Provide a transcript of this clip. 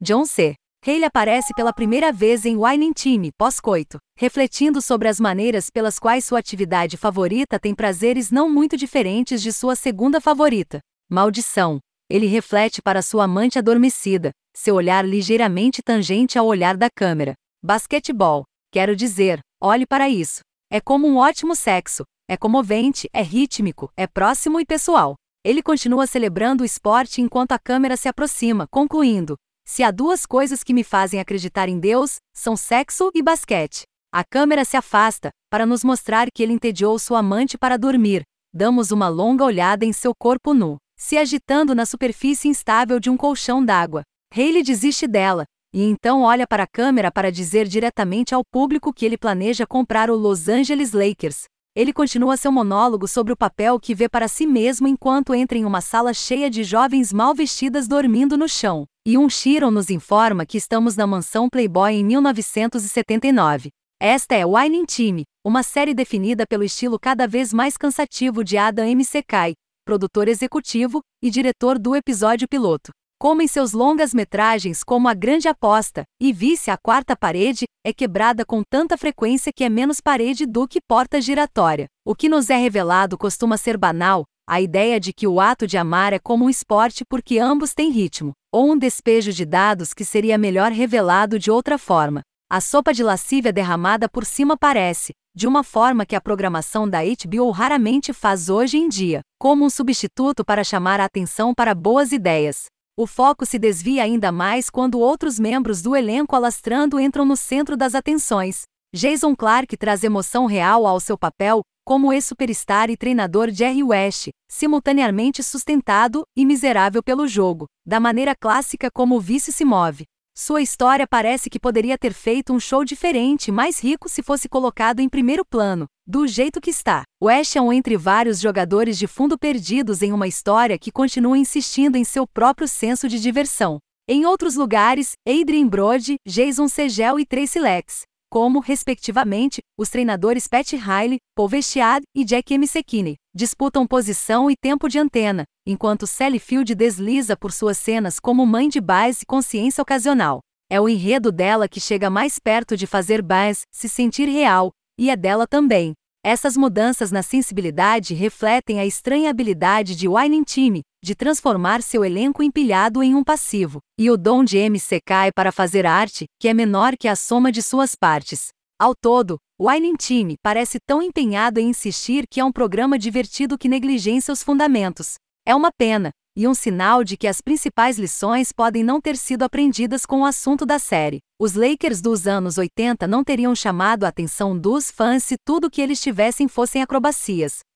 John C. Reilly aparece pela primeira vez em Winning Time pós-coito, refletindo sobre as maneiras pelas quais sua atividade favorita tem prazeres não muito diferentes de sua segunda favorita. Maldição. Ele reflete para sua amante adormecida, seu olhar ligeiramente tangente ao olhar da câmera. Basquetebol. Quero dizer, olhe para isso. É como um ótimo sexo. É comovente, é rítmico, é próximo e pessoal. Ele continua celebrando o esporte enquanto a câmera se aproxima, concluindo: se há duas coisas que me fazem acreditar em Deus, são sexo e basquete. A câmera se afasta, para nos mostrar que ele entediou sua amante para dormir. Damos uma longa olhada em seu corpo nu, se agitando na superfície instável de um colchão d'água. Reilly desiste dela, e então olha para a câmera para dizer diretamente ao público que ele planeja comprar o Los Angeles Lakers. Ele continua seu monólogo sobre o papel que vê para si mesmo enquanto entra em uma sala cheia de jovens mal vestidas dormindo no chão. E Sheeran nos informa que estamos na mansão Playboy em 1979. Esta é Winning Time, uma série definida pelo estilo cada vez mais cansativo de Adam McKay, produtor executivo e diretor do episódio piloto. Como em seus longas-metragens como A Grande Aposta e Vice, a quarta parede é quebrada com tanta frequência que é menos parede do que porta giratória. O que nos é revelado costuma ser banal, a ideia de que o ato de amar é como um esporte porque ambos têm ritmo, ou um despejo de dados que seria melhor revelado de outra forma. A sopa de lascívia derramada por cima parece, de uma forma que a programação da HBO raramente faz hoje em dia, como um substituto para chamar a atenção para boas ideias. O foco se desvia ainda mais quando outros membros do elenco alastrando entram no centro das atenções. Jason Clarke traz emoção real ao seu papel, como ex-superstar e treinador Jerry West, simultaneamente sustentado e miserável pelo jogo, da maneira clássica como o Vice se move. Sua história parece que poderia ter feito um show diferente e mais rico se fosse colocado em primeiro plano, do jeito que está. West é um entre vários jogadores de fundo perdidos em uma história que continua insistindo em seu próprio senso de diversão. Em outros lugares, Adrien Brody, Jason Segel e Tracy Letts, como, respectivamente, os treinadores Pat Riley, Paul Vestiaire e Jack McKinney, disputam posição e tempo de antena, enquanto Sally Field desliza por suas cenas como mãe de Baz e consciência ocasional. É o enredo dela que chega mais perto de fazer Baz se sentir real, e é dela também. Essas mudanças na sensibilidade refletem a estranha habilidade de Winning Time de transformar seu elenco empilhado em um passivo, e o dom de McKay para fazer arte, que é menor que a soma de suas partes. Ao todo, Winning Time parece tão empenhado em insistir que é um programa divertido que negligencia os fundamentos. É uma pena, e um sinal de que as principais lições podem não ter sido aprendidas com o assunto da série. Os Lakers dos anos 80 não teriam chamado a atenção dos fãs se tudo que eles tivessem fossem acrobacias.